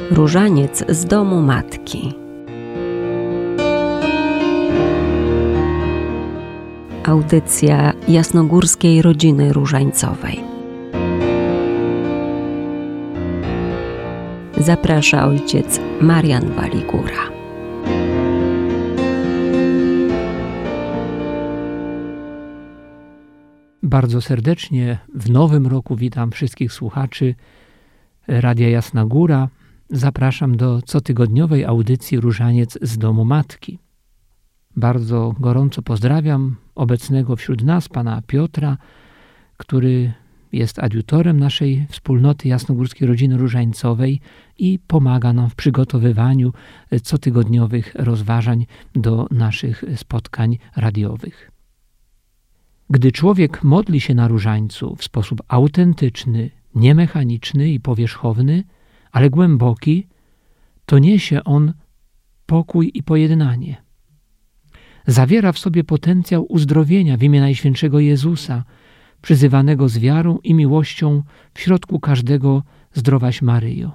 Różaniec z domu matki. Audycja jasnogórskiej rodziny różańcowej. Zaprasza ojciec Marian Waligura. Bardzo serdecznie w nowym roku witam wszystkich słuchaczy Radia Jasna Góra. Zapraszam do cotygodniowej audycji Różaniec z domu matki. Bardzo gorąco pozdrawiam obecnego wśród nas pana Piotra, który jest adiutorem naszej wspólnoty jasnogórskiej rodziny różańcowej i pomaga nam w przygotowywaniu cotygodniowych rozważań do naszych spotkań radiowych. Gdy człowiek modli się na różańcu w sposób autentyczny, niemechaniczny i powierzchowny, ale głęboki, to niesie on pokój i pojednanie. Zawiera w sobie potencjał uzdrowienia w imię Najświętszego Jezusa, przyzywanego z wiarą i miłością w środku każdego zdrowaś Maryjo.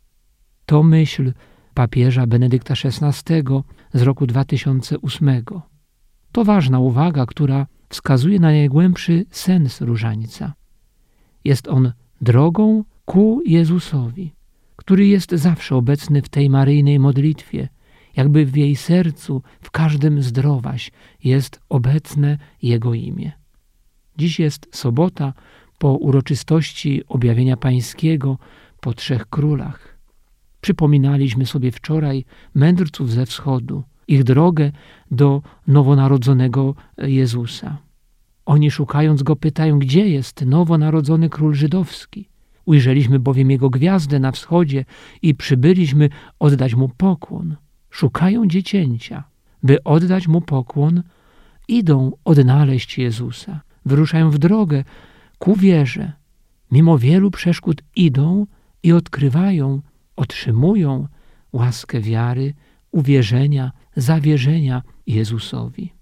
To myśl papieża Benedykta XVI z roku 2008. To ważna uwaga, która wskazuje na najgłębszy sens różańca. Jest on drogą ku Jezusowi, który jest zawsze obecny w tej maryjnej modlitwie, jakby w jej sercu, w każdym zdrowaś jest obecne Jego imię. Dziś jest sobota po uroczystości Objawienia Pańskiego po Trzech Królach. Przypominaliśmy sobie wczoraj mędrców ze wschodu, ich drogę do nowonarodzonego Jezusa. Oni szukając Go pytają, gdzie jest nowonarodzony król żydowski. Ujrzeliśmy bowiem Jego gwiazdę na wschodzie i przybyliśmy oddać Mu pokłon. Szukają dziecięcia, by oddać Mu pokłon, idą odnaleźć Jezusa. Wyruszają w drogę ku wierze. Mimo wielu przeszkód idą i odkrywają, otrzymują łaskę wiary, uwierzenia, zawierzenia Jezusowi.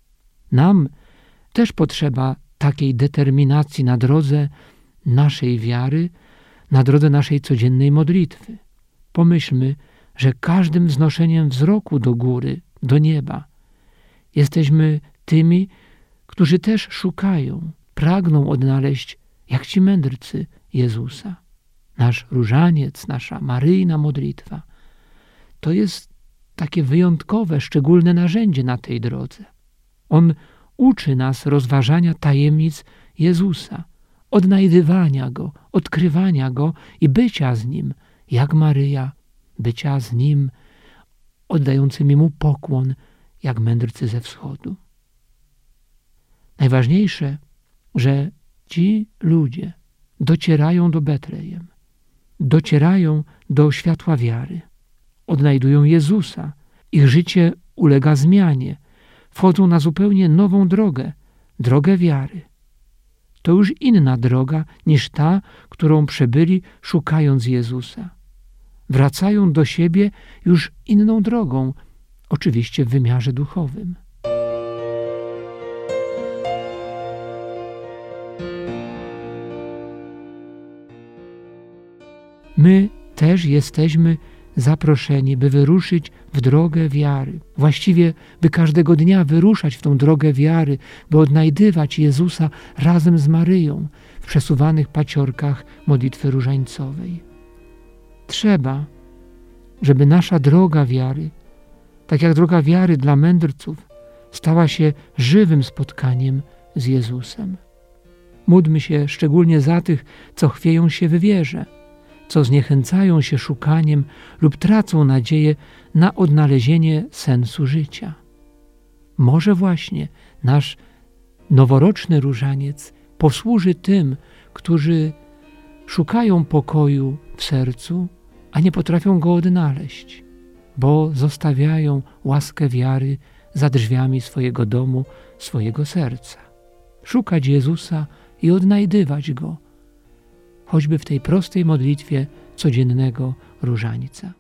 Nam też potrzeba takiej determinacji na drodze naszej wiary, na drodze naszej codziennej modlitwy. Pomyślmy, że każdym wznoszeniem wzroku do góry, do nieba, jesteśmy tymi, którzy też szukają, pragną odnaleźć, jak ci mędrcy, Jezusa. Nasz różaniec, nasza maryjna modlitwa, to jest takie wyjątkowe, szczególne narzędzie na tej drodze. On uczy nas rozważania tajemnic Jezusa, odnajdywania Go, odkrywania Go i bycia z Nim, jak Maryja, bycia z Nim, oddającymi Mu pokłon, jak mędrcy ze wschodu. Najważniejsze, że ci ludzie docierają do Betlejem, docierają do światła wiary, odnajdują Jezusa, ich życie ulega zmianie, wchodzą na zupełnie nową drogę, drogę wiary. To już inna droga niż ta, którą przebyli szukając Jezusa. Wracają do siebie już inną drogą, oczywiście w wymiarze duchowym. My też jesteśmy zaproszeni, by wyruszyć w drogę wiary. Właściwie, by każdego dnia wyruszać w tą drogę wiary, by odnajdywać Jezusa razem z Maryją w przesuwanych paciorkach modlitwy różańcowej. Trzeba, żeby nasza droga wiary, tak jak droga wiary dla mędrców, stała się żywym spotkaniem z Jezusem. Módlmy się szczególnie za tych, co chwieją się w wierze, co zniechęcają się szukaniem lub tracą nadzieję na odnalezienie sensu życia. Może właśnie nasz noworoczny różaniec posłuży tym, którzy szukają pokoju w sercu, a nie potrafią go odnaleźć, bo zostawiają łaskę wiary za drzwiami swojego domu, swojego serca. Szukać Jezusa i odnajdywać Go, choćby w tej prostej modlitwie codziennego różańca.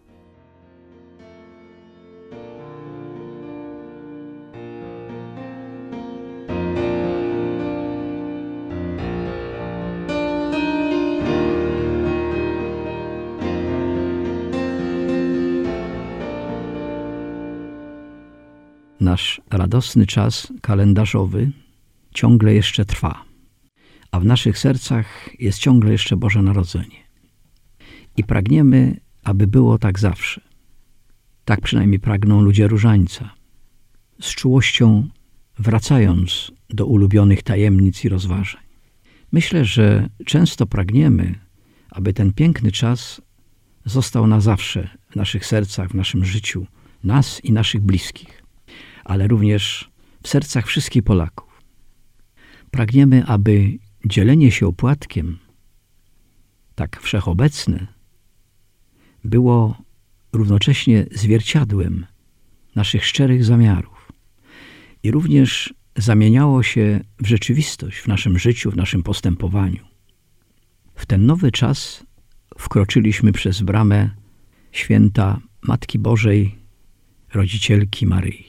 nasz radosny czas kalendarzowy ciągle jeszcze trwa, a w naszych sercach jest ciągle jeszcze Boże Narodzenie. I pragniemy, aby było tak zawsze. Tak przynajmniej pragną ludzie Różańca, z czułością wracając do ulubionych tajemnic i rozważań. Myślę, że często pragniemy, aby ten piękny czas został na zawsze w naszych sercach, w naszym życiu, nas i naszych bliskich, ale również w sercach wszystkich Polaków. Pragniemy, aby dzielenie się opłatkiem, tak wszechobecne, było równocześnie zwierciadłem naszych szczerych zamiarów i również zamieniało się w rzeczywistość w naszym życiu, w naszym postępowaniu. W ten nowy czas wkroczyliśmy przez bramę święta Matki Bożej, Rodzicielki Maryi.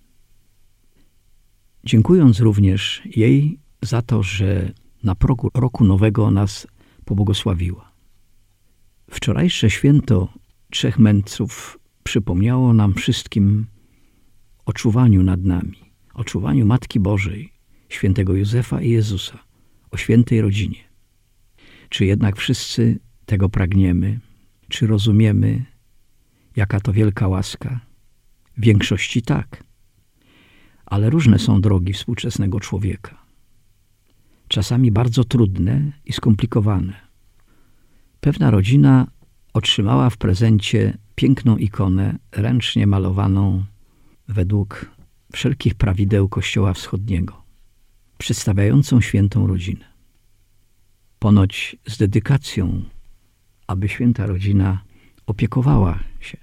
Dziękując również jej za to, że na progu roku nowego nas pobłogosławiła. Wczorajsze święto Trzech Mędrców przypomniało nam wszystkim o czuwaniu nad nami, o czuwaniu Matki Bożej, świętego Józefa i Jezusa, o świętej rodzinie. Czy jednak wszyscy tego pragniemy? Czy rozumiemy, jaka to wielka łaska? W większości tak, ale różne są drogi współczesnego człowieka. Czasami bardzo trudne i skomplikowane. Pewna rodzina otrzymała w prezencie piękną ikonę, ręcznie malowaną według wszelkich prawideł Kościoła Wschodniego, przedstawiającą świętą rodzinę. Ponoć z dedykacją, aby święta rodzina opiekowała się.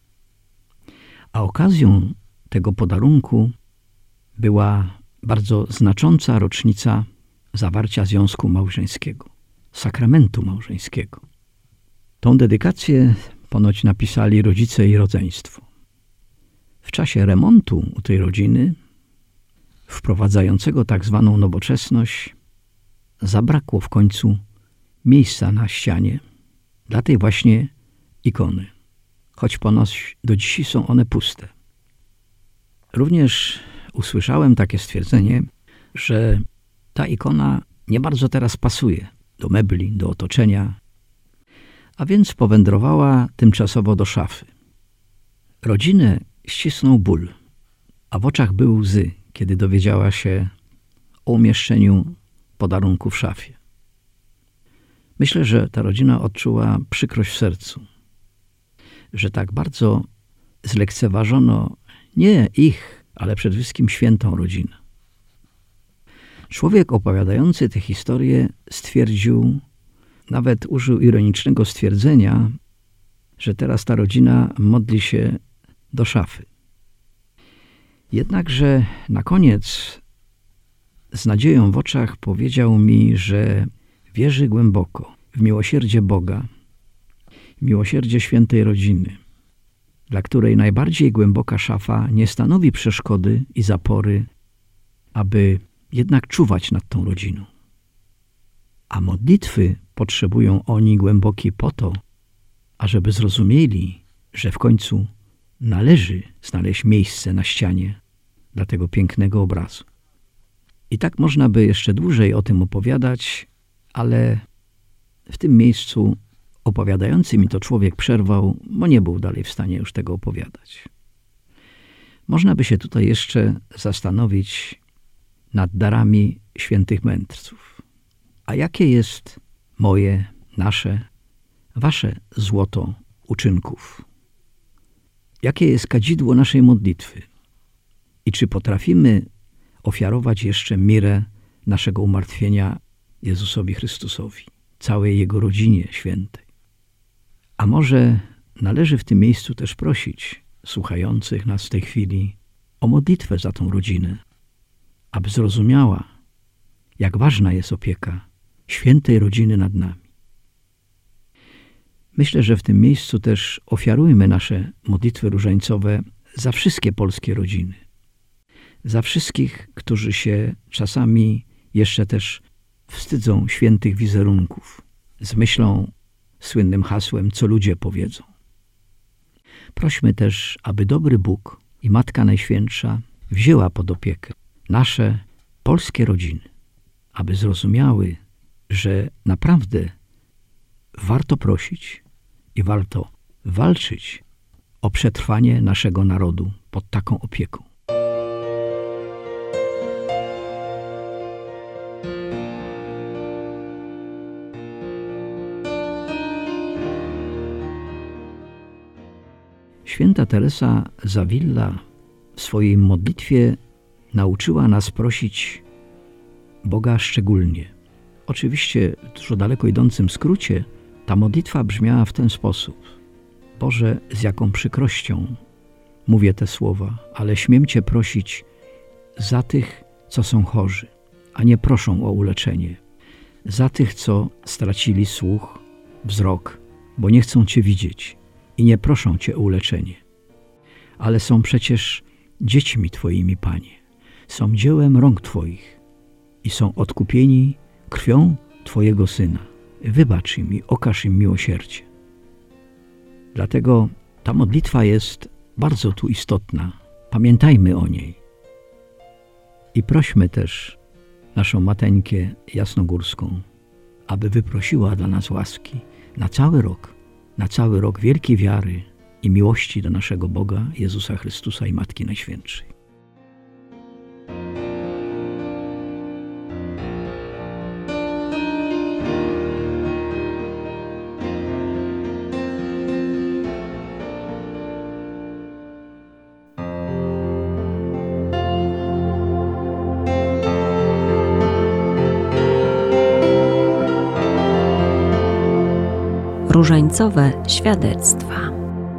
A okazją tego podarunku była bardzo znacząca rocznica zawarcia związku małżeńskiego, sakramentu małżeńskiego. Tą dedykację ponoć napisali rodzice i rodzeństwo. W czasie remontu u tej rodziny, wprowadzającego tak zwaną nowoczesność, zabrakło w końcu miejsca na ścianie dla tej właśnie ikony, choć ponoć do dziś są one puste. Również usłyszałem takie stwierdzenie, że ta ikona nie bardzo teraz pasuje do mebli, do otoczenia, a więc powędrowała tymczasowo do szafy. Rodzinę ścisnął ból, a w oczach były łzy, kiedy dowiedziała się o umieszczeniu podarunku w szafie. Myślę, że ta rodzina odczuła przykrość w sercu, że tak bardzo zlekceważono nie ich, ale przede wszystkim świętą rodzinę. Człowiek opowiadający tę historię stwierdził, nawet użył ironicznego stwierdzenia, że teraz ta rodzina modli się do szafy. Jednakże na koniec z nadzieją w oczach powiedział mi, że wierzy głęboko w miłosierdzie Boga, w miłosierdzie świętej rodziny, dla której najbardziej głęboka szafa nie stanowi przeszkody i zapory, aby jednak czuwać nad tą rodziną. A modlitwy potrzebują oni głębokiej po to, ażeby zrozumieli, że w końcu należy znaleźć miejsce na ścianie dla tego pięknego obrazu. I tak można by jeszcze dłużej o tym opowiadać, ale w tym miejscu opowiadający mi to człowiek przerwał, bo nie był dalej w stanie już tego opowiadać. Można by się tutaj jeszcze zastanowić nad darami świętych mędrców. A jakie jest moje, nasze, wasze złoto uczynków? Jakie jest kadzidło naszej modlitwy? I czy potrafimy ofiarować jeszcze mirę naszego umartwienia Jezusowi Chrystusowi, całej Jego rodzinie świętej? A może należy w tym miejscu też prosić słuchających nas w tej chwili o modlitwę za tą rodzinę, aby zrozumiała, jak ważna jest opieka świętej rodziny nad nami. Myślę, że w tym miejscu też ofiarujmy nasze modlitwy różańcowe za wszystkie polskie rodziny. Za wszystkich, którzy się czasami jeszcze też wstydzą świętych wizerunków, z myślą, słynnym hasłem, co ludzie powiedzą. Prośmy też, aby dobry Bóg i Matka Najświętsza wzięła pod opiekę nasze polskie rodziny, aby zrozumiały, że naprawdę warto prosić i warto walczyć o przetrwanie naszego narodu pod taką opieką. Święta Teresa z Avila w swojej modlitwie nauczyła nas prosić Boga szczególnie. Oczywiście w dużo daleko idącym skrócie ta modlitwa brzmiała w ten sposób. Boże, z jaką przykrością mówię te słowa, ale śmiem Cię prosić za tych, co są chorzy, a nie proszą o uleczenie. Za tych, co stracili słuch, wzrok, bo nie chcą Cię widzieć i nie proszą Cię o uleczenie. Ale są przecież dziećmi Twoimi, Panie. Są dziełem rąk Twoich i są odkupieni krwią Twojego Syna. Wybacz im i okaż im miłosierdzie. Dlatego ta modlitwa jest bardzo tu istotna. Pamiętajmy o niej. I prośmy też naszą Mateńkę Jasnogórską, aby wyprosiła dla nas łaski na cały rok wielkiej wiary i miłości do naszego Boga, Jezusa Chrystusa i Matki Najświętszej. Różańcowe świadectwa.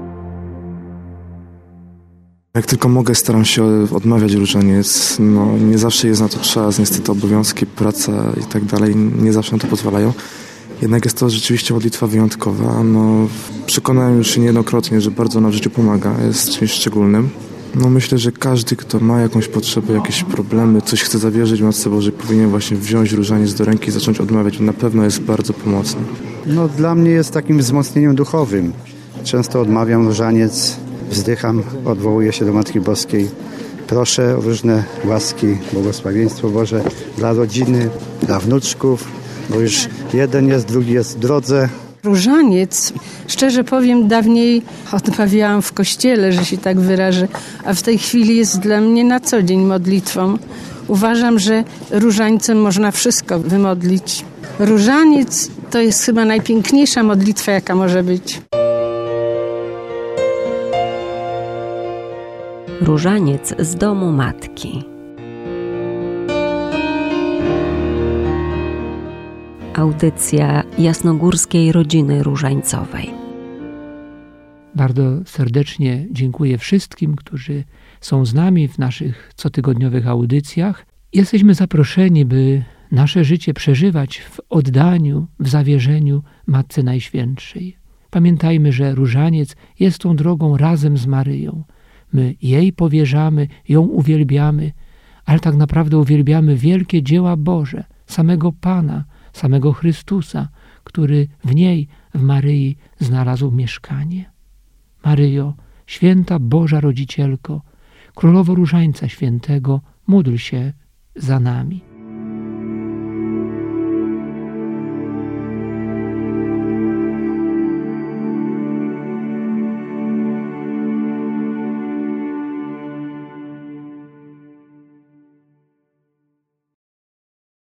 Jak tylko mogę, staram się odmawiać różaniec. Nie zawsze jest na to czas, niestety obowiązki, praca i tak dalej nie zawsze na to pozwalają. Jednak jest to rzeczywiście modlitwa wyjątkowa. Przekonałem już się niejednokrotnie, że bardzo ona w życiu pomaga, jest czymś szczególnym. Myślę, że każdy, kto ma jakąś potrzebę, jakieś problemy, coś chce zawierzyć Matce Bożej, powinien właśnie wziąć różaniec do ręki i zacząć odmawiać. Na pewno jest bardzo pomocny. Dla mnie jest takim wzmocnieniem duchowym. Często odmawiam różaniec, wzdycham, odwołuję się do Matki Boskiej. Proszę o różne łaski, błogosławieństwo Boże dla rodziny, dla wnuczków, bo już jeden jest, drugi jest w drodze. Różaniec, szczerze powiem, dawniej odmawiałam w kościele, że się tak wyrażę, a w tej chwili jest dla mnie na co dzień modlitwą. Uważam, że różańcem można wszystko wymodlić. Różaniec to jest chyba najpiękniejsza modlitwa, jaka może być. Różaniec z domu matki. Audycja Jasnogórskiej Rodziny Różańcowej. Bardzo serdecznie dziękuję wszystkim, którzy są z nami w naszych cotygodniowych audycjach. Jesteśmy zaproszeni, by nasze życie przeżywać w oddaniu, w zawierzeniu Matce Najświętszej. Pamiętajmy, że różaniec jest tą drogą razem z Maryją. My jej powierzamy, ją uwielbiamy, ale tak naprawdę uwielbiamy wielkie dzieła Boże, samego Pana, samego Chrystusa, który w niej, w Maryi, znalazł mieszkanie. Maryjo, święta Boża Rodzicielko, Królowo Różańca Świętego, módl się za nami.